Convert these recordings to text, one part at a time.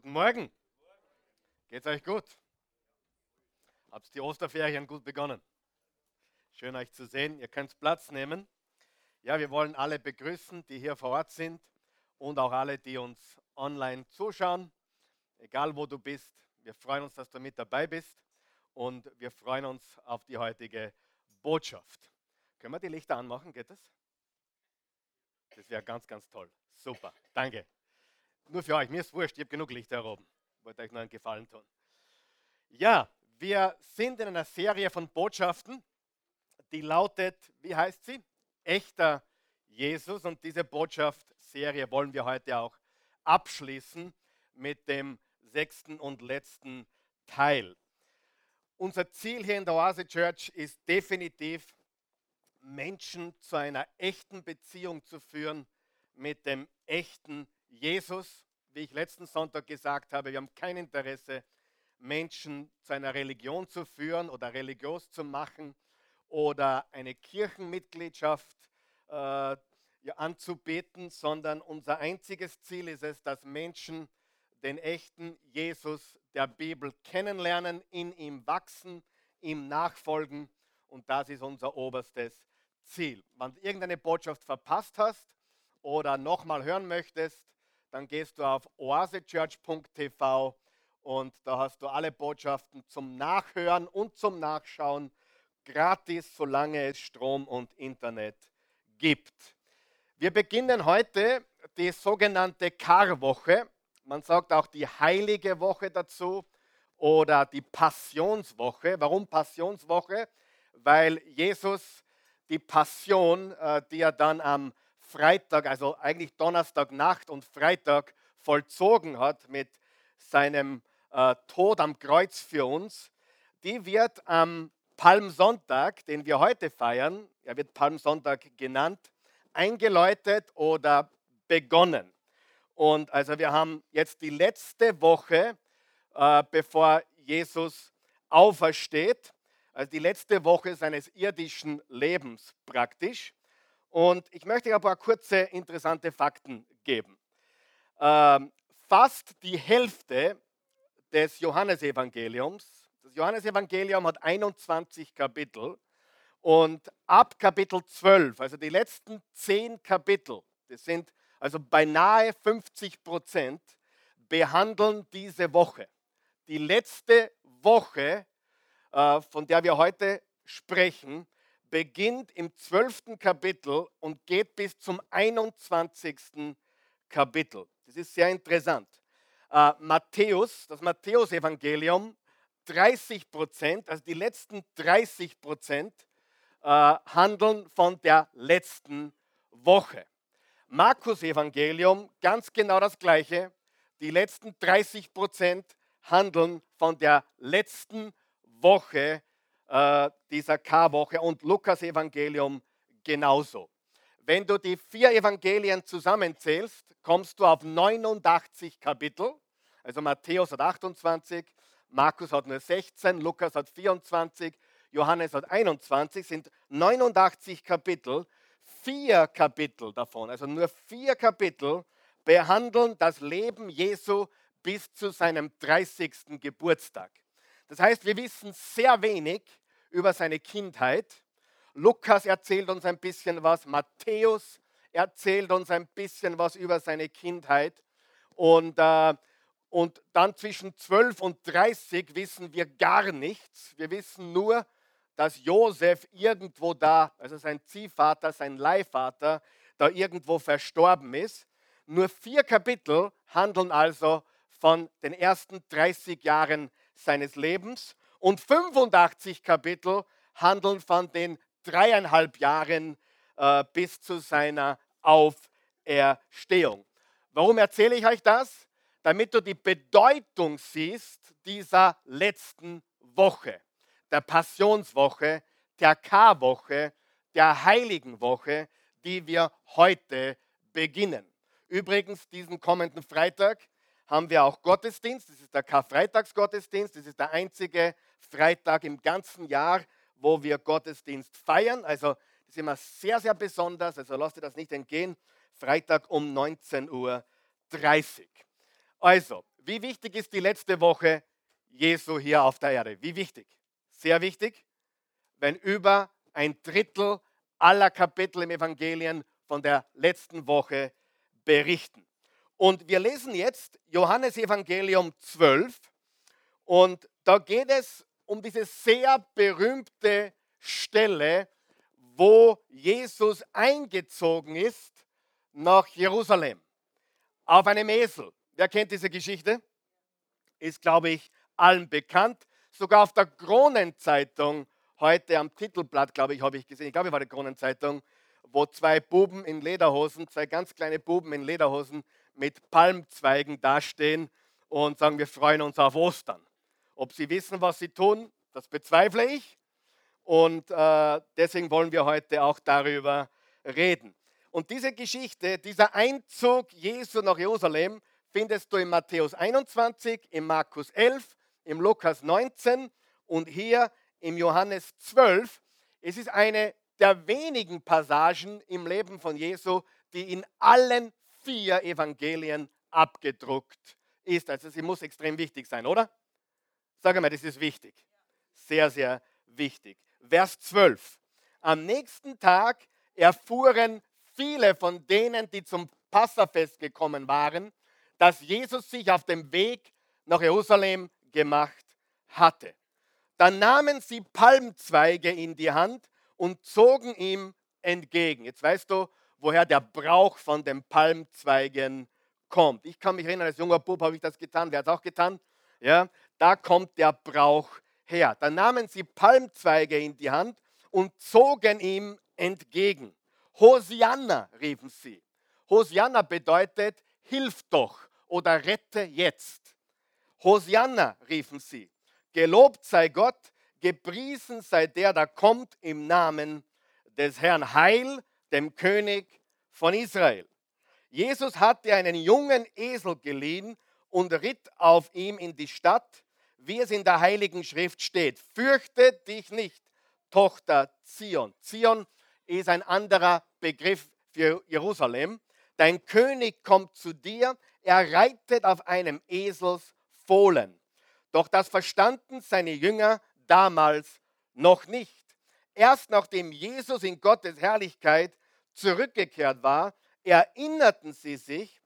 Guten Morgen. Geht's euch gut? Habt die Osterferien gut begonnen? Schön euch zu sehen. Ihr könnt Platz nehmen. Ja, wir wollen alle begrüßen, die hier vor Ort sind und auch alle, die uns online zuschauen. Egal wo du bist, wir freuen uns, dass du mit dabei bist und wir freuen uns auf die heutige Botschaft. Können wir die Lichter anmachen? Geht das? Das wäre ganz, ganz toll. Super. Danke. Nur für euch. Mir ist wurscht. Ich habe genug Lichter oben. Ich wollte euch nur einen Gefallen tun. Ja, wir sind in einer Serie von Botschaften, die lautet, wie heißt sie? Echter Jesus. Und diese Botschaftsserie wollen wir heute auch abschließen mit dem 6. und letzten Teil. Unser Ziel hier in der Oase Church ist definitiv, Menschen zu einer echten Beziehung zu führen mit dem echten Jesus. Wie ich letzten Sonntag gesagt habe, wir haben kein Interesse, Menschen zu einer Religion zu führen oder religiös zu machen oder eine Kirchenmitgliedschaft ja, anzubeten, sondern unser einziges Ziel ist es, dass Menschen den echten Jesus der Bibel kennenlernen, in ihm wachsen, ihm nachfolgen, und das ist unser oberstes Ziel. Wenn du irgendeine Botschaft verpasst hast oder nochmal hören möchtest, dann gehst du auf oasechurch.tv und da hast du alle Botschaften zum Nachhören und zum Nachschauen gratis, solange es Strom und Internet gibt. Wir beginnen heute die sogenannte Karwoche. Man sagt auch die Heilige Woche dazu oder die Passionswoche. Warum Passionswoche? Weil Jesus die Passion, die er dann am Freitag, also eigentlich Donnerstagnacht und Freitag vollzogen hat mit seinem Tod am Kreuz für uns, die wird am Palmsonntag, den wir heute feiern, er wird Palmsonntag genannt, eingeläutet oder begonnen. Und also wir haben jetzt die letzte Woche, bevor Jesus aufersteht, also die letzte Woche seines irdischen Lebens praktisch. Und ich möchte ein paar kurze, interessante Fakten geben. Fast die Hälfte des Johannesevangeliums, das Johannesevangelium hat 21 Kapitel, und ab Kapitel 12, also die letzten 10 Kapitel, das sind also beinahe 50%, behandeln diese Woche. Die letzte Woche, von der wir heute sprechen, beginnt im 12. Kapitel und geht bis zum 21. Kapitel. Das ist sehr interessant. Matthäus, das Matthäusevangelium, 30%, also die letzten 30%, handeln von der letzten Woche. Markus Evangelium, ganz genau das Gleiche. Die letzten 30% handeln von der letzten Woche dieser Karwoche, und Lukas Evangelium genauso. Wenn du die 4 Evangelien zusammenzählst, kommst du auf 89 Kapitel. Also Matthäus hat 28, Markus hat nur 16, Lukas hat 24, Johannes hat 21, sind 89 Kapitel. 4 Kapitel davon, also nur 4 Kapitel, behandeln das Leben Jesu bis zu seinem 30. Geburtstag. Das heißt, wir wissen sehr wenig über seine Kindheit. Lukas erzählt uns ein bisschen was, Matthäus erzählt uns ein bisschen was über seine Kindheit, und dann zwischen 12 und 30 wissen wir gar nichts. Wir wissen nur, dass Josef irgendwo da, also sein Ziehvater, sein Leihvater, da irgendwo verstorben ist. Nur 4 Kapitel handeln also von den ersten 30 Jahren seines Lebens, und 85 Kapitel handeln von den 3,5 Jahren bis zu seiner Auferstehung. Warum erzähle ich euch das? Damit du die Bedeutung siehst dieser letzten Woche, der Passionswoche, der Karwoche, der Heiligenwoche, die wir heute beginnen. Übrigens, diesen kommenden Freitag haben wir auch Gottesdienst. Das ist der Karfreitagsgottesdienst. Das ist der einzige Freitag im ganzen Jahr, wo wir Gottesdienst feiern. Also das ist immer sehr, sehr besonders. Also lasst dir das nicht entgehen. Freitag um 19:30 Uhr. Also, Wie wichtig ist die letzte Woche Jesu hier auf der Erde? Wie wichtig? Sehr wichtig, wenn über ein Drittel aller Kapitel im Evangelien von der letzten Woche berichten. Und wir lesen jetzt Johannes Evangelium 12 und da geht es um diese sehr berühmte Stelle, wo Jesus eingezogen ist nach Jerusalem auf einem Esel. Wer kennt diese Geschichte? Ist, glaube ich, allen bekannt. Sogar auf der Kronenzeitung, heute am Titelblatt, glaube ich, habe ich gesehen, ich glaube, es war die Kronenzeitung, wo zwei Buben in Lederhosen, zwei ganz kleine Buben in Lederhosen mit Palmzweigen dastehen und sagen, wir freuen uns auf Ostern. Ob sie wissen, was sie tun, das bezweifle ich. Und deswegen wollen wir heute auch darüber reden. Und diese Geschichte, dieser Einzug Jesu nach Jerusalem, findest du in Matthäus 21, in Markus 11, im Lukas 19 und hier im Johannes 12. Es ist eine der wenigen Passagen im Leben von Jesu, die in allen 4 Evangelien abgedruckt ist. Also sie muss extrem wichtig sein, oder? Sag mal, das ist wichtig. Sehr, sehr wichtig. Vers 12. Am nächsten Tag erfuhren viele von denen, die zum Passafest gekommen waren, dass Jesus sich auf dem Weg nach Jerusalem gemacht hatte. Dann nahmen sie Palmzweige in die Hand und zogen ihm entgegen. Jetzt weißt du, woher der Brauch von den Palmzweigen kommt. Ich kann mich erinnern, als junger Bub habe ich das getan. Wer hat es auch getan? Ja, da kommt der Brauch her. Dann nahmen sie Palmzweige in die Hand und zogen ihm entgegen. Hosianna, riefen sie. Hosianna bedeutet, hilf doch oder rette jetzt. Hosianna, riefen sie. Gelobt sei Gott, gepriesen sei der, der kommt im Namen des Herrn. Heil dem König von Israel. Jesus hatte einen jungen Esel geliehen und ritt auf ihm in die Stadt, wie es in der Heiligen Schrift steht. Fürchte dich nicht, Tochter Zion. Zion ist ein anderer Begriff für Jerusalem. Dein König kommt zu dir, er reitet auf einem Eselsfohlen. Doch das verstanden seine Jünger damals noch nicht. Erst nachdem Jesus in Gottes Herrlichkeit zurückgekehrt war, erinnerten sie sich,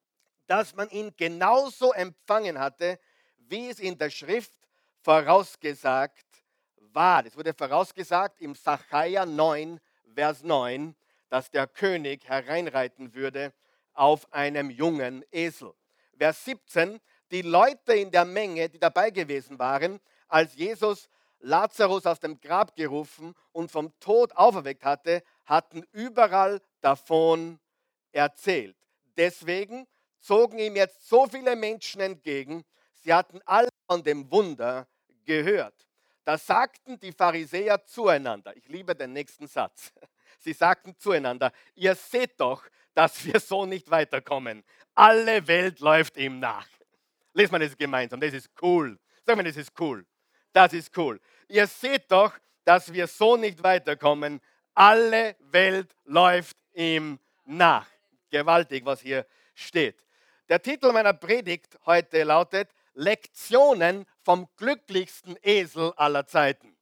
dass man ihn genauso empfangen hatte, wie es in der Schrift vorausgesagt war. Es wurde vorausgesagt im Sacharja 9, Vers 9, dass der König hereinreiten würde auf einem jungen Esel. Vers 17, die Leute in der Menge, die dabei gewesen waren, als Jesus Lazarus aus dem Grab gerufen und vom Tod auferweckt hatte, hatten überall davon erzählt. Deswegen zogen ihm jetzt so viele Menschen entgegen, sie hatten alle von dem Wunder gehört. Da sagten die Pharisäer zueinander, ich liebe den nächsten Satz, sie sagten zueinander, ihr seht doch, dass wir so nicht weiterkommen. Alle Welt läuft ihm nach. Lesen wir das gemeinsam, das ist cool. Sag mal, das ist cool. Das ist cool. Ihr seht doch, dass wir so nicht weiterkommen. Alle Welt läuft ihm nach. Gewaltig, was hier steht. Der Titel meiner Predigt heute lautet Lektionen vom glücklichsten Esel aller Zeiten.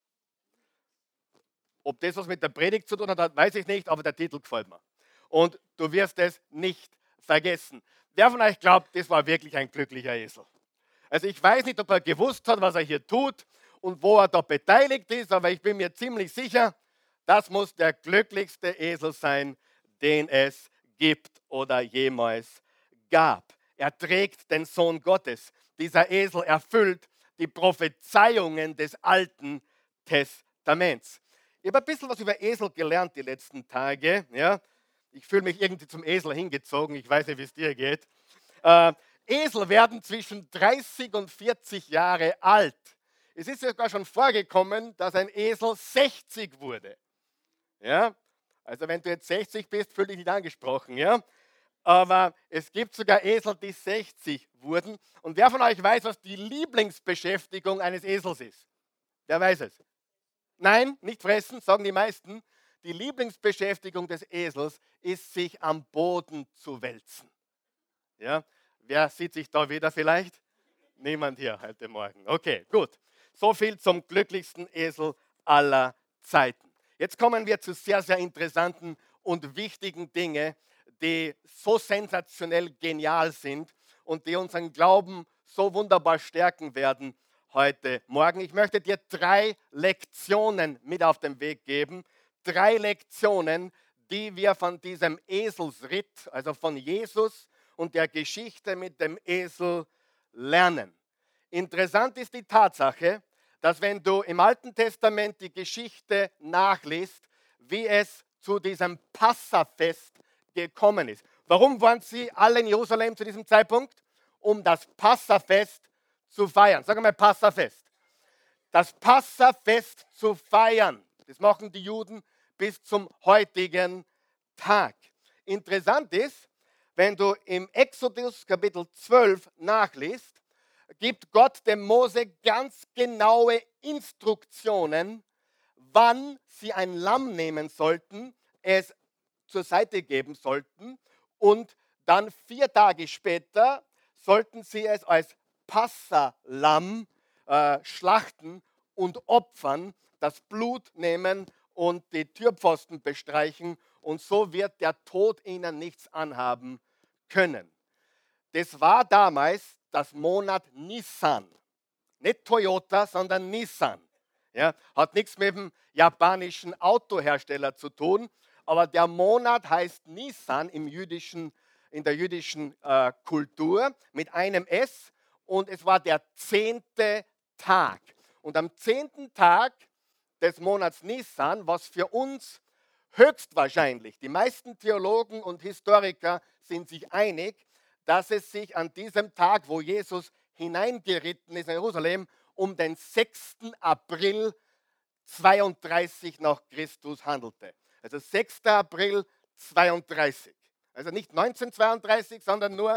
Ob das was mit der Predigt zu tun hat, weiß ich nicht, aber der Titel gefällt mir. Und du wirst es nicht vergessen. Wer von euch glaubt, das war wirklich ein glücklicher Esel? Also ich weiß nicht, ob er gewusst hat, was er hier tut und wo er da beteiligt ist, aber ich bin mir ziemlich sicher, das muss der glücklichste Esel sein, den es gibt oder jemals gab. Er trägt den Sohn Gottes. Dieser Esel erfüllt die Prophezeiungen des Alten Testaments. Ich habe ein bisschen was über Esel gelernt die letzten Tage. Ja? Ich fühle mich irgendwie zum Esel hingezogen. Ich weiß nicht, wie es dir geht. Esel werden zwischen 30 und 40 Jahre alt. Es ist sogar schon vorgekommen, dass ein Esel 60 wurde. Ja? Also wenn du jetzt 60 bist, fühl dich nicht angesprochen. Ja? Aber es gibt sogar Esel, die 60 wurden. Und wer von euch weiß, was die Lieblingsbeschäftigung eines Esels ist? Wer weiß es? Nein, nicht fressen, sagen die meisten. Die Lieblingsbeschäftigung des Esels ist, sich am Boden zu wälzen. Ja? Wer sieht sich da wieder vielleicht? Niemand hier heute Morgen. Okay, gut. So viel zum glücklichsten Esel aller Zeiten. Jetzt kommen wir zu sehr, sehr interessanten und wichtigen Dingen, die so sensationell genial sind und die unseren Glauben so wunderbar stärken werden heute Morgen. Ich möchte dir 3 Lektionen mit auf den Weg geben. 3 Lektionen, die wir von diesem Eselsritt, also von Jesus und der Geschichte mit dem Esel lernen. Interessant ist die Tatsache, dass wenn du im Alten Testament die Geschichte nachliest, wie es zu diesem Passafest gekommen ist. Warum waren sie alle in Jerusalem zu diesem Zeitpunkt? Um das Passafest zu feiern. Sag mal Passafest. Das Passafest zu feiern. Das machen die Juden bis zum heutigen Tag. Interessant ist, wenn du im Exodus Kapitel 12 nachliest, gibt Gott dem Mose ganz genaue Instruktionen, wann sie ein Lamm nehmen sollten, es zur Seite geben sollten und dann 4 Tage später sollten sie es als Passalamm schlachten und opfern, das Blut nehmen und die Türpfosten bestreichen und so wird der Tod ihnen nichts anhaben können. Das war damals das Monat Nissan. Nicht Toyota, sondern Nissan. Ja, hat nichts mit dem japanischen Autohersteller zu tun, aber der Monat heißt Nissan in der jüdischen Kultur mit einem S und es war der 10. Tag. Und am 10. Tag des Monats Nissan, was für uns höchstwahrscheinlich, die meisten Theologen und Historiker sind sich einig, dass es sich an diesem Tag, wo Jesus hineingeritten ist in Jerusalem, um den 6. April 32 nach Christus handelte. Also 6. April 32. Also nicht 1932, sondern nur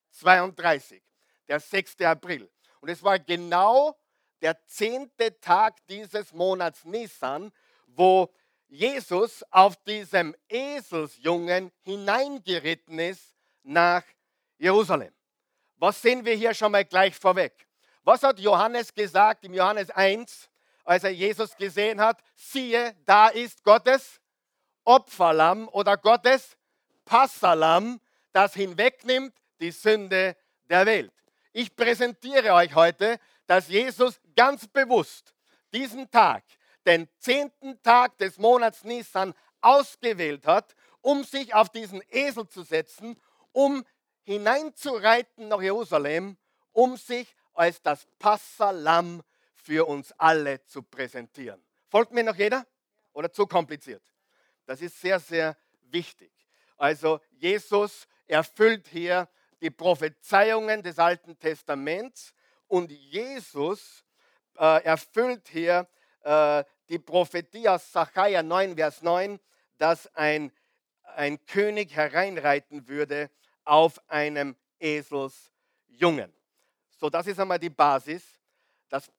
32. Der 6. April. Und es war genau der 10. Tag dieses Monats Nisan, wo Jesus auf diesem Eselsjungen hineingeritten ist nach Jerusalem. Was sehen wir hier schon mal gleich vorweg? Was hat Johannes gesagt im Johannes 1, als er Jesus gesehen hat? Siehe, da ist Gottes Opferlamm oder Gottes Passalamm, das hinwegnimmt die Sünde der Welt. Ich präsentiere euch heute, dass Jesus ganz bewusst diesen Tag, den 10. Tag des Monats Nisan, ausgewählt hat, um sich auf diesen Esel zu setzen, um hineinzureiten nach Jerusalem, um sich als das Passalamm für uns alle zu präsentieren. Folgt mir noch jeder? Oder zu kompliziert? Das ist sehr, sehr wichtig. Also Jesus erfüllt hier die Prophezeiungen des Alten Testaments und Jesus erfüllt hier die Prophetie aus Sacharja 9, Vers 9, dass ein König hereinreiten würde auf einem Eselsjungen. So, das ist einmal die Basis. Das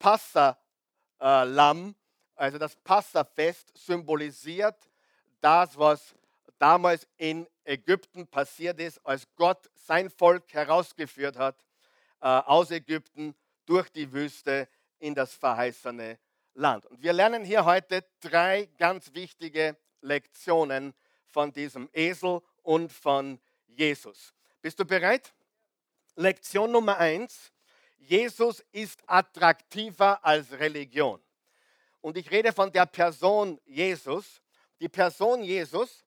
Passalamm, also das Passafest, symbolisiert das, was damals in Ägypten passiert ist, als Gott sein Volk herausgeführt hat aus Ägypten durch die Wüste in das verheißene Land. Und wir lernen hier heute 3 ganz wichtige Lektionen von diesem Esel und von Jesus. Bist du bereit? Lektion Nummer 1. Jesus ist attraktiver als Religion. Und ich rede von der Person Jesus. Die Person Jesus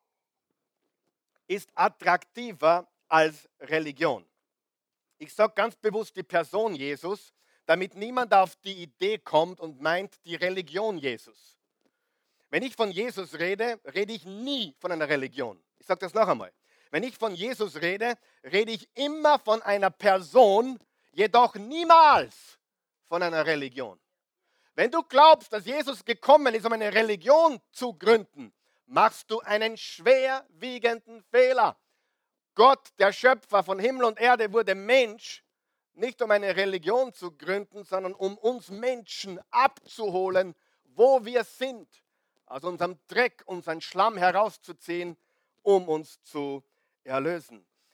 ist attraktiver als Religion. Ich sage ganz bewusst die Person Jesus, damit niemand auf die Idee kommt und meint die Religion Jesus. Wenn ich von Jesus rede, rede ich nie von einer Religion. Ich sage das noch einmal. Wenn ich von Jesus rede, rede ich immer von einer Person, jedoch niemals von einer Religion. Wenn du glaubst, dass Jesus gekommen ist, um eine Religion zu gründen, machst du einen schwerwiegenden Fehler. Gott, der Schöpfer von Himmel und Erde, wurde Mensch, nicht um eine Religion zu gründen, sondern um uns Menschen abzuholen, wo wir sind, aus unserem Dreck, unseren Schlamm herauszuziehen, um uns zu erlösen.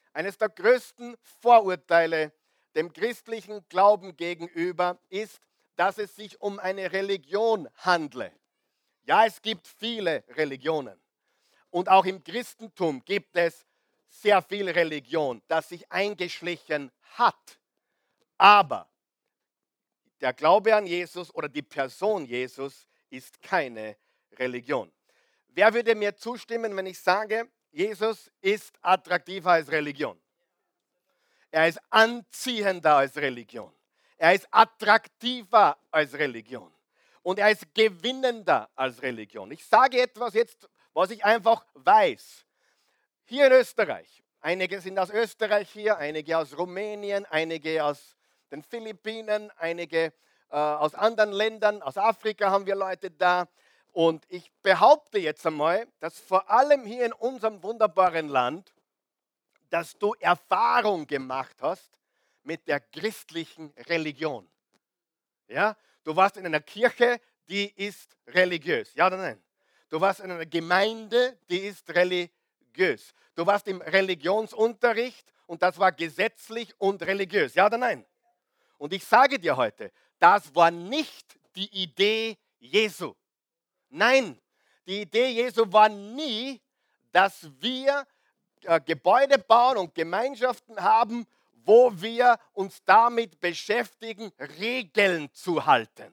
Eines der größten Vorurteile dem christlichen Glauben gegenüber ist, dass es sich um eine Religion handle. Ja, es gibt viele Religionen. Und auch im Christentum gibt es sehr viel Religion, das sich eingeschlichen hat. Aber der Glaube an Jesus oder die Person Jesus ist keine Religion. Wer würde mir zustimmen, wenn ich sage, Jesus ist attraktiver als Religion? Er ist anziehender als Religion. Er ist attraktiver als Religion. Und er ist gewinnender als Religion. Ich sage etwas jetzt, was ich einfach weiß. Hier in Österreich, einige sind aus Österreich hier, einige aus Rumänien, einige aus den Philippinen, einige aus anderen Ländern, aus Afrika haben wir Leute da. Und ich behaupte jetzt einmal, dass vor allem hier in unserem wunderbaren Land, dass du Erfahrung gemacht hast mit der christlichen Religion. Ja? Du warst in einer Kirche, die ist religiös. Ja oder nein? Du warst in einer Gemeinde, die ist religiös. Du warst im Religionsunterricht und das war gesetzlich und religiös. Ja oder nein? Und ich sage dir heute, das war nicht die Idee Jesu. Nein, die Idee Jesu war nie, dass wir Gebäude bauen und Gemeinschaften haben, wo wir uns damit beschäftigen, Regeln zu halten.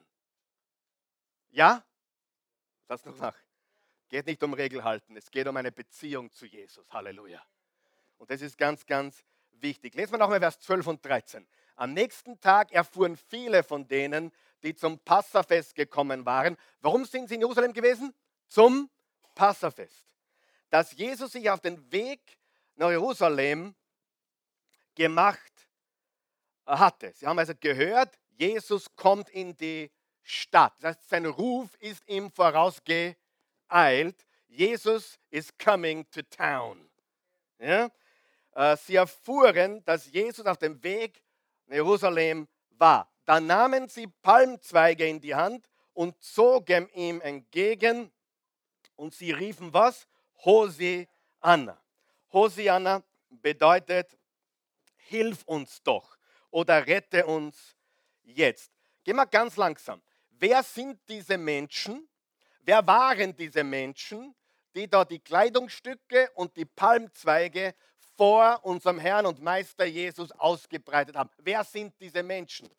Ja? Das noch nach. Geht nicht um Regeln halten, es geht um eine Beziehung zu Jesus. Halleluja. Und das ist ganz, ganz wichtig. Lesen wir nochmal Vers 12 und 13. Am nächsten Tag erfuhren viele von denen, die zum Passafest gekommen waren. Warum sind sie in Jerusalem gewesen? Zum Passafest. Dass Jesus sich auf den Weg nach Jerusalem gemacht hatte. Sie haben also gehört, Jesus kommt in die Stadt. Das heißt, sein Ruf ist ihm vorausgeeilt. Jesus is coming to town. Ja? Sie erfuhren, dass Jesus auf dem Weg nach Jerusalem war. Da nahmen sie Palmzweige in die Hand und zogen ihm entgegen und sie riefen was? Hosianna. Hosianna bedeutet, hilf uns doch oder rette uns jetzt. Gehen wir ganz langsam. Wer sind diese Menschen? Wer waren diese Menschen, die da die Kleidungsstücke und die Palmzweige vor unserem Herrn und Meister Jesus ausgebreitet haben? Wer sind diese Menschen?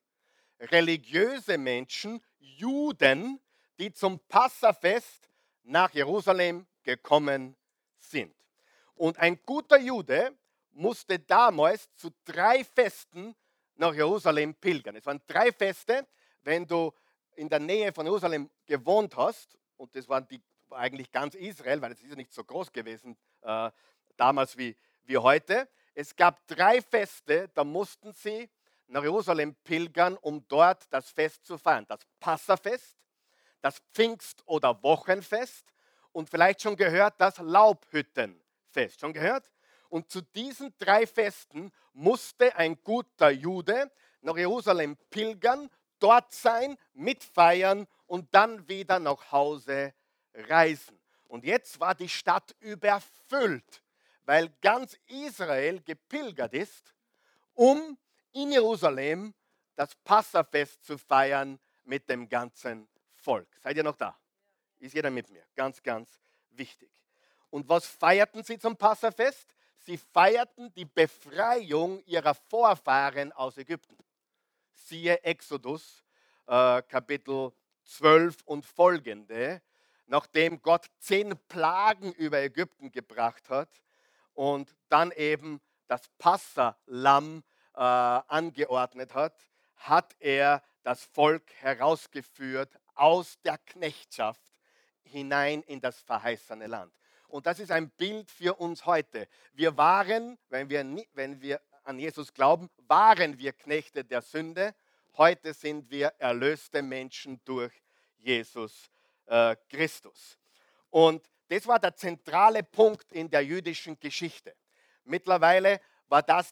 Religiöse Menschen, Juden, die zum Passafest nach Jerusalem gekommen sind. Und ein guter Jude musste damals zu 3 Festen nach Jerusalem pilgern. Es waren 3 Feste, wenn du in der Nähe von Jerusalem gewohnt hast, und das waren eigentlich ganz Israel, weil es ist ja nicht so groß gewesen damals wie heute. Es gab 3 Feste, da mussten sie nach Jerusalem pilgern, um dort das Fest zu feiern. Das Passafest, das Pfingst- oder Wochenfest und vielleicht schon gehört, das Laubhüttenfest. Schon gehört? Und zu diesen 3 Festen musste ein guter Jude nach Jerusalem pilgern, dort sein, mitfeiern und dann wieder nach Hause reisen. Und jetzt war die Stadt überfüllt, weil ganz Israel gepilgert ist, um in Jerusalem das Passafest zu feiern mit dem ganzen Volk. Seid ihr noch da? Ist jeder mit mir? Ganz, ganz wichtig. Und was feierten sie zum Passafest? Sie feierten die Befreiung ihrer Vorfahren aus Ägypten. Siehe Exodus, Kapitel 12 und folgende, nachdem Gott 10 Plagen über Ägypten gebracht hat und dann eben das Passalamm angeordnet hat, hat er das Volk herausgeführt aus der Knechtschaft hinein in das verheißene Land. Und das ist ein Bild für uns heute. Wir waren, wenn wir an Jesus glauben, waren wir Knechte der Sünde. Heute sind wir erlöste Menschen durch Jesus Christus. Und das war der zentrale Punkt in der jüdischen Geschichte. Mittlerweile war das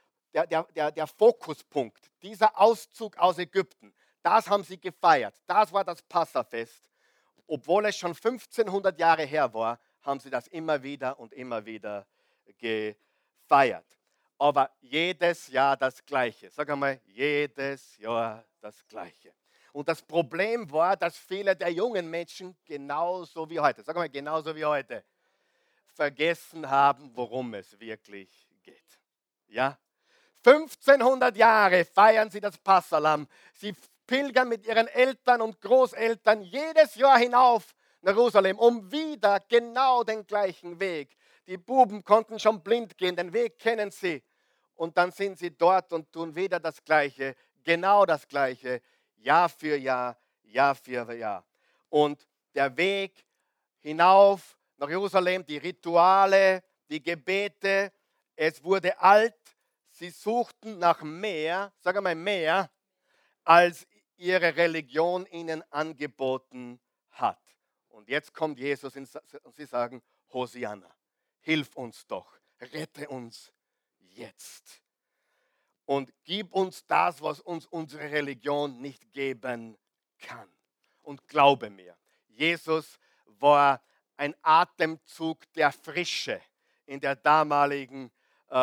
der Fokuspunkt, dieser Auszug aus Ägypten. Das haben sie gefeiert. Das war das Passafest. Obwohl es schon 1500 Jahre her war, haben sie das immer wieder und immer wieder gefeiert. aber jedes Jahr das Gleiche. Sag einmal, jedes Jahr das Gleiche. Und das Problem war, dass viele der jungen Menschen genauso wie heute, sag einmal, genauso wie heute, vergessen haben, worum es wirklich geht. Ja? 1500 Jahre feiern sie das Passalam. Sie pilgern mit ihren Eltern und Großeltern jedes Jahr hinauf nach Jerusalem, um wieder genau den gleichen Weg. Die Buben konnten schon blind gehen, den Weg kennen sie. Und dann sind sie dort und tun wieder das Gleiche, genau das Gleiche, Jahr für Jahr, Jahr für Jahr. Und der Weg hinauf nach Jerusalem, die Rituale, die Gebete, es wurde alt. Sie suchten nach mehr, sag einmal mehr, als ihre Religion ihnen angeboten hat. Und jetzt kommt Jesus und sie sagen, Hosianna, hilf uns doch, rette uns jetzt. Und gib uns das, was uns unsere Religion nicht geben kann. Und glaube mir, Jesus war ein Atemzug der Frische in der damaligen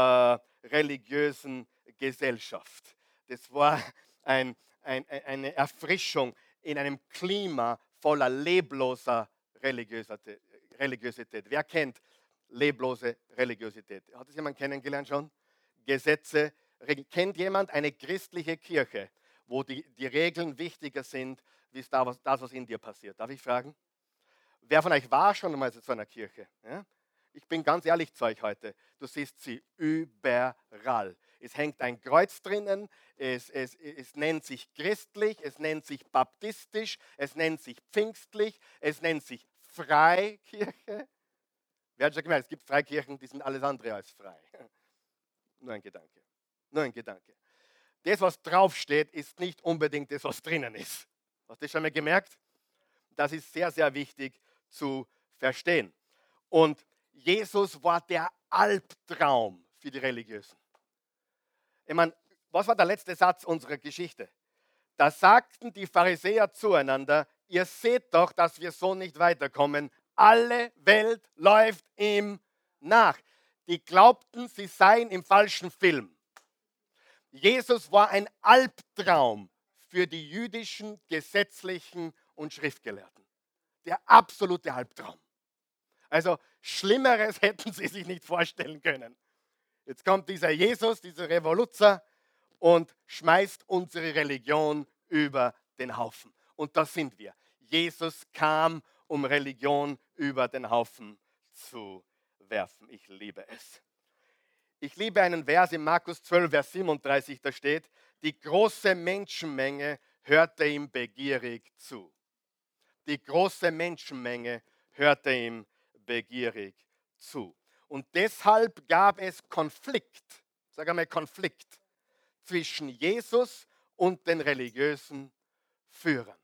religiösen Gesellschaft. Das war eine Erfrischung in einem Klima voller lebloser Religiosität. Wer kennt leblose Religiosität? Hat es jemand kennengelernt schon? Gesetze. Kennt jemand eine christliche Kirche, wo die Regeln wichtiger sind, wie das, was in dir passiert? Darf ich fragen? Wer von euch war schon einmal in so einer Kirche? Ja? Ich bin ganz ehrlich zu euch heute. Du siehst sie überall. Es hängt ein Kreuz drinnen, es nennt sich christlich, es nennt sich baptistisch, es nennt sich pfingstlich, es nennt sich Freikirche. Wer hat schon gemerkt, es gibt Freikirchen, die sind alles andere als frei. Nur ein Gedanke. Nur ein Gedanke. Das, was draufsteht, ist nicht unbedingt das, was drinnen ist. Hast du das schon mal gemerkt? Das ist sehr, sehr wichtig zu verstehen. Und Jesus war der Albtraum für die Religiösen. Ich meine, was war der letzte Satz unserer Geschichte? Da sagten die Pharisäer zueinander, ihr seht doch, dass wir so nicht weiterkommen. Alle Welt läuft ihm nach. Die glaubten, sie seien im falschen Film. Jesus war ein Albtraum für die jüdischen Gesetzlichen und Schriftgelehrten. Der absolute Albtraum. Also Schlimmeres hätten sie sich nicht vorstellen können. Jetzt kommt dieser Jesus, dieser Revoluzer und schmeißt unsere Religion über den Haufen. Und da sind wir. Jesus kam, um Religion über den Haufen zu werfen. Ich liebe es. Ich liebe einen Vers in Markus 12, Vers 37, da steht, die große Menschenmenge hörte ihm begierig zu. Die große Menschenmenge hörte ihm begierig zu. Und deshalb gab es Konflikt, sag einmal Konflikt, zwischen Jesus und den religiösen Führern.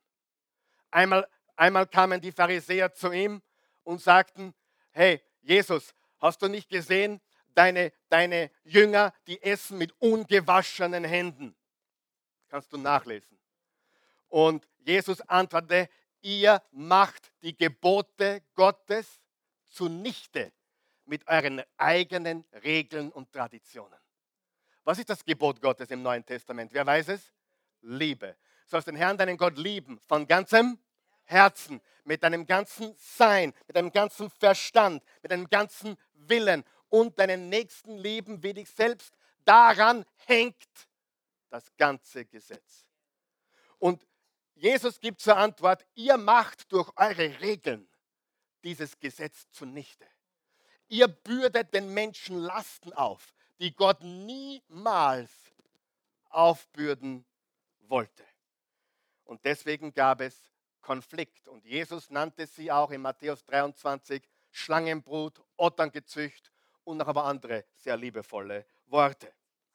Einmal kamen die Pharisäer zu ihm und sagten, hey Jesus, hast du nicht gesehen, deine Jünger, die essen mit ungewaschenen Händen. Kannst du nachlesen. Und Jesus antwortete, ihr macht die Gebote Gottes zunichte mit euren eigenen Regeln und Traditionen. Was ist das Gebot Gottes im Neuen Testament? Wer weiß es? Liebe. Du sollst den Herrn, deinen Gott, lieben von ganzem Herzen, mit deinem ganzen Sein, mit deinem ganzen Verstand, mit deinem ganzen Willen und deinen Nächsten lieben wie dich selbst. Daran hängt das ganze Gesetz. Und Jesus gibt zur Antwort, ihr macht durch eure Regeln dieses Gesetz zunichte. Ihr bürdet den Menschen Lasten auf, die Gott niemals aufbürden wollte. Und deswegen gab es Konflikt. Und Jesus nannte sie auch in Matthäus 23 Schlangenbrut, Otterngezücht und noch aber andere sehr liebevolle Worte.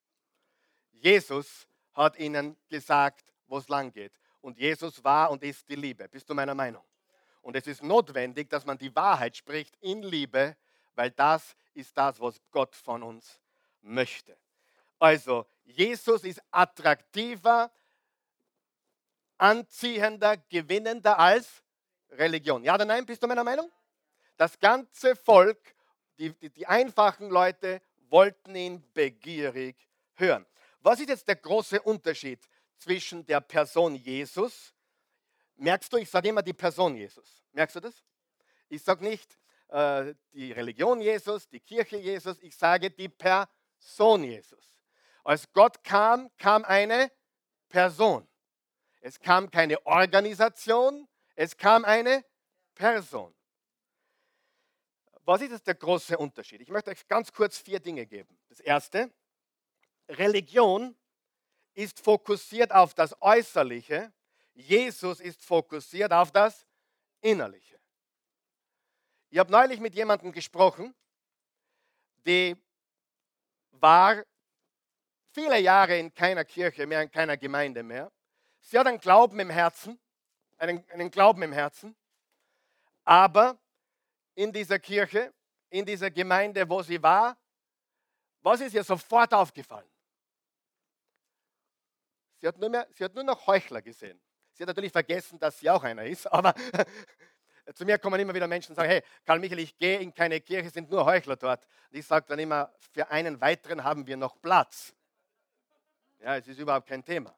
Jesus hat ihnen gesagt, wo es lang geht. Und Jesus war und ist die Liebe. Bist du meiner Meinung? Und es ist notwendig, dass man die Wahrheit spricht in Liebe, weil das ist das, was Gott von uns möchte. Also, Jesus ist attraktiver, anziehender, gewinnender als Religion. Ja oder nein? Bist du meiner Meinung? Das ganze Volk, die einfachen Leute wollten ihn begierig hören. Was ist jetzt der große Unterschied zwischen der Person Jesus? Merkst du, ich sage immer die Person Jesus. Merkst du das? Ich sage nicht die Religion Jesus, die Kirche Jesus, ich sage die Person Jesus. Als Gott kam, kam eine Person. Es kam keine Organisation, es kam eine Person. Was ist jetzt der große Unterschied? Ich möchte euch ganz kurz 4 Dinge geben. Das erste, Religion ist fokussiert auf das Äußerliche, Jesus ist fokussiert auf das Innerliche. Ich habe neulich mit jemandem gesprochen, die war viele Jahre in keiner Kirche mehr, in keiner Gemeinde mehr. Sie hat einen Glauben im Herzen, einen Glauben im Herzen, aber in dieser Kirche, in dieser Gemeinde, wo sie war, was ist ihr sofort aufgefallen? Sie hat nur noch Heuchler gesehen. Sie hat natürlich vergessen, dass sie auch einer ist, aber zu mir kommen immer wieder Menschen und sagen, hey, Karl Michael, ich gehe in keine Kirche, es sind nur Heuchler dort. Und ich sage dann immer, für einen weiteren haben wir noch Platz. Ja, es ist überhaupt kein Thema.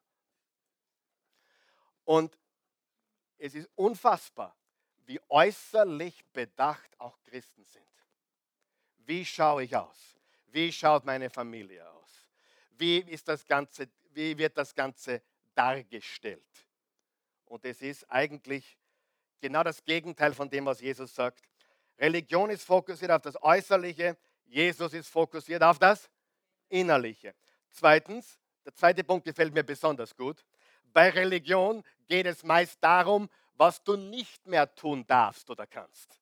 Und es ist unfassbar, wie äußerlich bedacht auch Christen sind. Wie schaue ich aus? Wie schaut meine Familie aus? Wie wird das Ganze dargestellt? Und es ist eigentlich genau das Gegenteil von dem, was Jesus sagt. Religion ist fokussiert auf das Äußerliche, Jesus ist fokussiert auf das Innerliche. Zweitens, der zweite Punkt gefällt mir besonders gut. Bei Religion geht es meist darum, was du nicht mehr tun darfst oder kannst.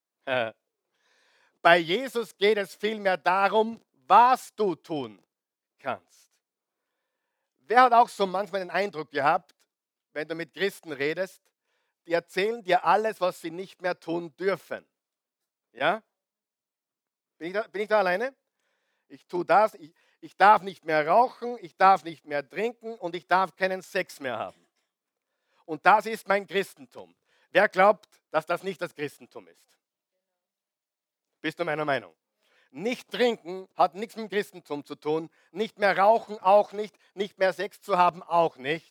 Bei Jesus geht es vielmehr darum, was du tun kannst. Wer hat auch so manchmal den Eindruck gehabt, wenn du mit Christen redest, die erzählen dir alles, was sie nicht mehr tun dürfen. Ja? Bin ich da alleine? Ich tue das, ich darf nicht mehr rauchen, ich darf nicht mehr trinken und ich darf keinen Sex mehr haben. Und das ist mein Christentum. Wer glaubt, dass das nicht das Christentum ist? Bist du meiner Meinung? Nicht trinken hat nichts mit dem Christentum zu tun, nicht mehr rauchen auch nicht, nicht mehr Sex zu haben auch nicht.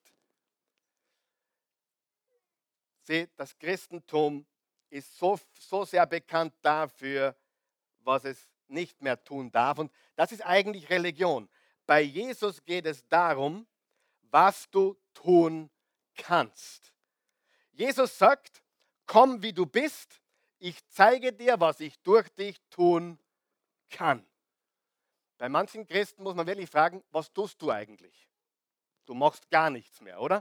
Seht, das Christentum ist so sehr bekannt dafür, was es nicht mehr tun darf. Und das ist eigentlich Religion. Bei Jesus geht es darum, was du tun kannst. Jesus sagt, komm wie du bist, ich zeige dir, was ich durch dich tun kann. Bei manchen Christen muss man wirklich fragen, was tust du eigentlich? Du machst gar nichts mehr, oder?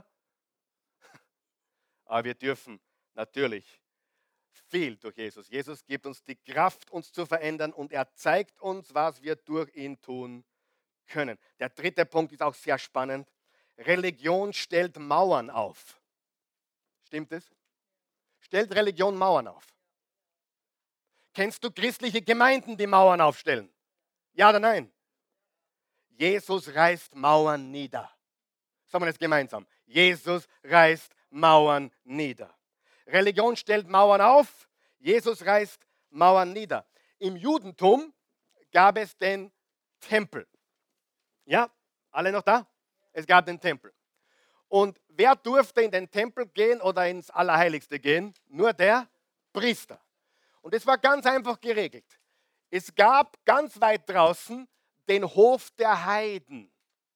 Aber wir dürfen natürlich viel durch Jesus. Jesus gibt uns die Kraft, uns zu verändern und er zeigt uns, was wir durch ihn tun können. Der dritte Punkt ist auch sehr spannend. Religion stellt Mauern auf. Stimmt es? Stellt Religion Mauern auf? Kennst du christliche Gemeinden, die Mauern aufstellen? Ja oder nein? Jesus reißt Mauern nieder. Sagen wir das gemeinsam. Jesus reißt Mauern nieder. Religion stellt Mauern auf, Jesus reißt Mauern nieder. Im Judentum gab es den Tempel. Ja, alle noch da? Es gab den Tempel. Und wer durfte in den Tempel gehen oder ins Allerheiligste gehen? Nur der Priester. Und es war ganz einfach geregelt. Es gab ganz weit draußen den Hof der Heiden.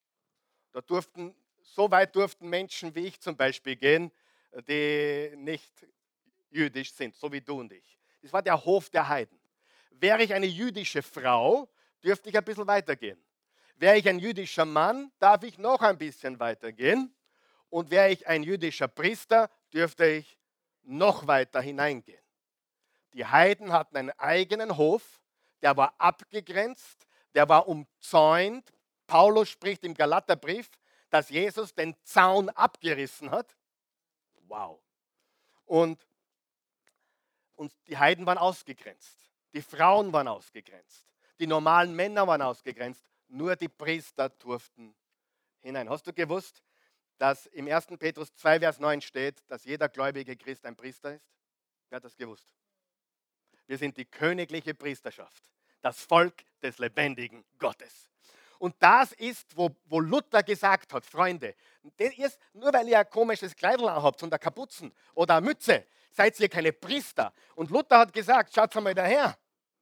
So weit durften Menschen wie ich zum Beispiel gehen, die nicht jüdisch sind, so wie du und ich. Das war der Hof der Heiden. Wäre ich eine jüdische Frau, dürfte ich ein bisschen weitergehen. Wäre ich ein jüdischer Mann, darf ich noch ein bisschen weitergehen. Und wäre ich ein jüdischer Priester, dürfte ich noch weiter hineingehen. Die Heiden hatten einen eigenen Hof, der war abgegrenzt, der war umzäunt. Paulus spricht im Galaterbrief, dass Jesus den Zaun abgerissen hat. Wow. Und die Heiden waren ausgegrenzt. Die Frauen waren ausgegrenzt. Die normalen Männer waren ausgegrenzt. Nur die Priester durften hinein. Hast du gewusst, dass im 1. Petrus 2, Vers 9 steht, dass jeder gläubige Christ ein Priester ist? Wer hat das gewusst? Wir sind die königliche Priesterschaft. das Volk des lebendigen Gottes. Und das ist, wo Luther gesagt hat, Freunde, nur weil ihr ein komisches Kleidl habt und eine Kapuzen oder eine Mütze, seid ihr keine Priester. Und Luther hat gesagt, schaut einmal daher,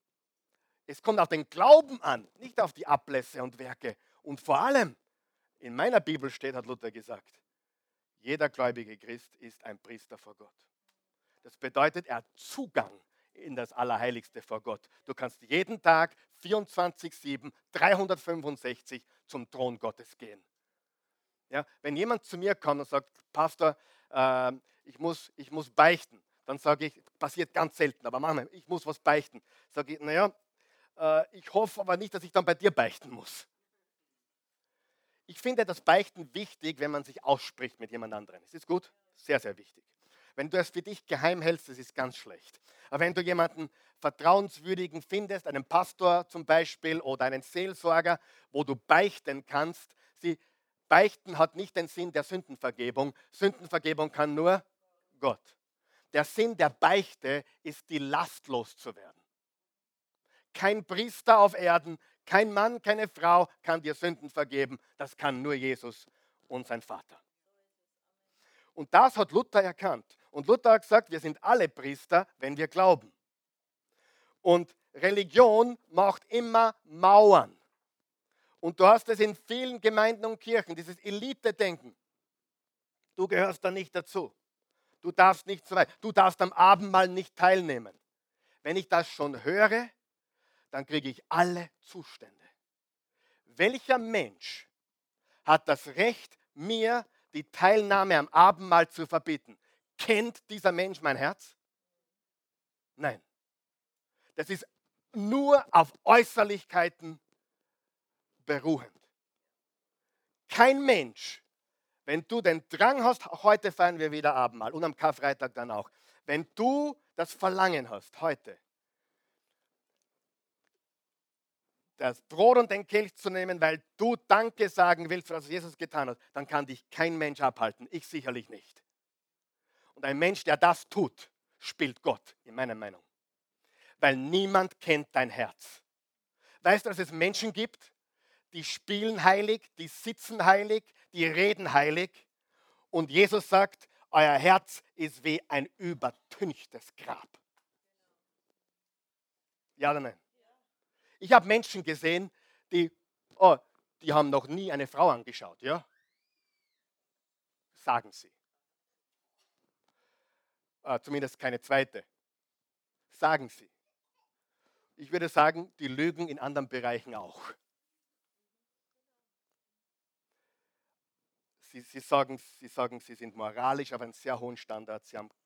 es kommt auf den Glauben an, nicht auf die Ablässe und Werke. Und vor allem, in meiner Bibel steht, hat Luther gesagt, jeder gläubige Christ ist ein Priester vor Gott. Das bedeutet, er hat Zugang in das Allerheiligste vor Gott. Du kannst jeden Tag 24/7, 365 zum Thron Gottes gehen. Ja, wenn jemand zu mir kommt und sagt, Pastor, ich muss beichten, dann sage ich, passiert ganz selten, aber manchmal, ich muss was beichten. Sage ich, naja, ich hoffe aber nicht, dass ich dann bei dir beichten muss. Ich finde das Beichten wichtig, wenn man sich ausspricht mit jemand anderem. Ist das gut? Sehr, sehr wichtig. Wenn du es für dich geheim hältst, das ist ganz schlecht. Aber wenn du jemanden vertrauenswürdigen findest, einen Pastor zum Beispiel oder einen Seelsorger, wo du beichten kannst, Beichten hat nicht den Sinn der Sündenvergebung. Sündenvergebung kann nur Gott. Der Sinn der Beichte ist, die Last loszuwerden. Kein Priester auf Erden, kein Mann, keine Frau kann dir Sünden vergeben. Das kann nur Jesus und sein Vater. Und das hat Luther erkannt. Und Luther hat gesagt, wir sind alle Priester, wenn wir glauben. Und Religion macht immer Mauern. Und du hast es in vielen Gemeinden und Kirchen, dieses Elite-Denken. Du gehörst da nicht dazu. Du darfst nicht so weit. Du darfst am Abendmahl nicht teilnehmen. Wenn ich das schon höre, dann kriege ich alle Zustände. Welcher Mensch hat das Recht, mir die Teilnahme am Abendmahl zu verbieten? Kennt dieser Mensch mein Herz? Nein. Das ist nur auf Äußerlichkeiten beruhend. Kein Mensch, wenn du den Drang hast, heute feiern wir wieder Abendmahl und am Karfreitag dann auch, wenn du das Verlangen hast, heute das Brot und den Kelch zu nehmen, weil du Danke sagen willst, was Jesus getan hat, dann kann dich kein Mensch abhalten. Ich sicherlich nicht. Und ein Mensch, der das tut, spielt Gott, in meiner Meinung. Weil niemand kennt dein Herz. Weißt du, dass es Menschen gibt, die spielen heilig, die sitzen heilig, die reden heilig. Und Jesus sagt, euer Herz ist wie ein übertünchtes Grab. Ja oder nein? Ich habe Menschen gesehen, die haben noch nie eine Frau angeschaut, ja? Sagen sie. Zumindest keine zweite. Sagen sie. Ich würde sagen, die lügen in anderen Bereichen auch. Sie sagen, sie sind moralisch auf einem sehr hohen Standard.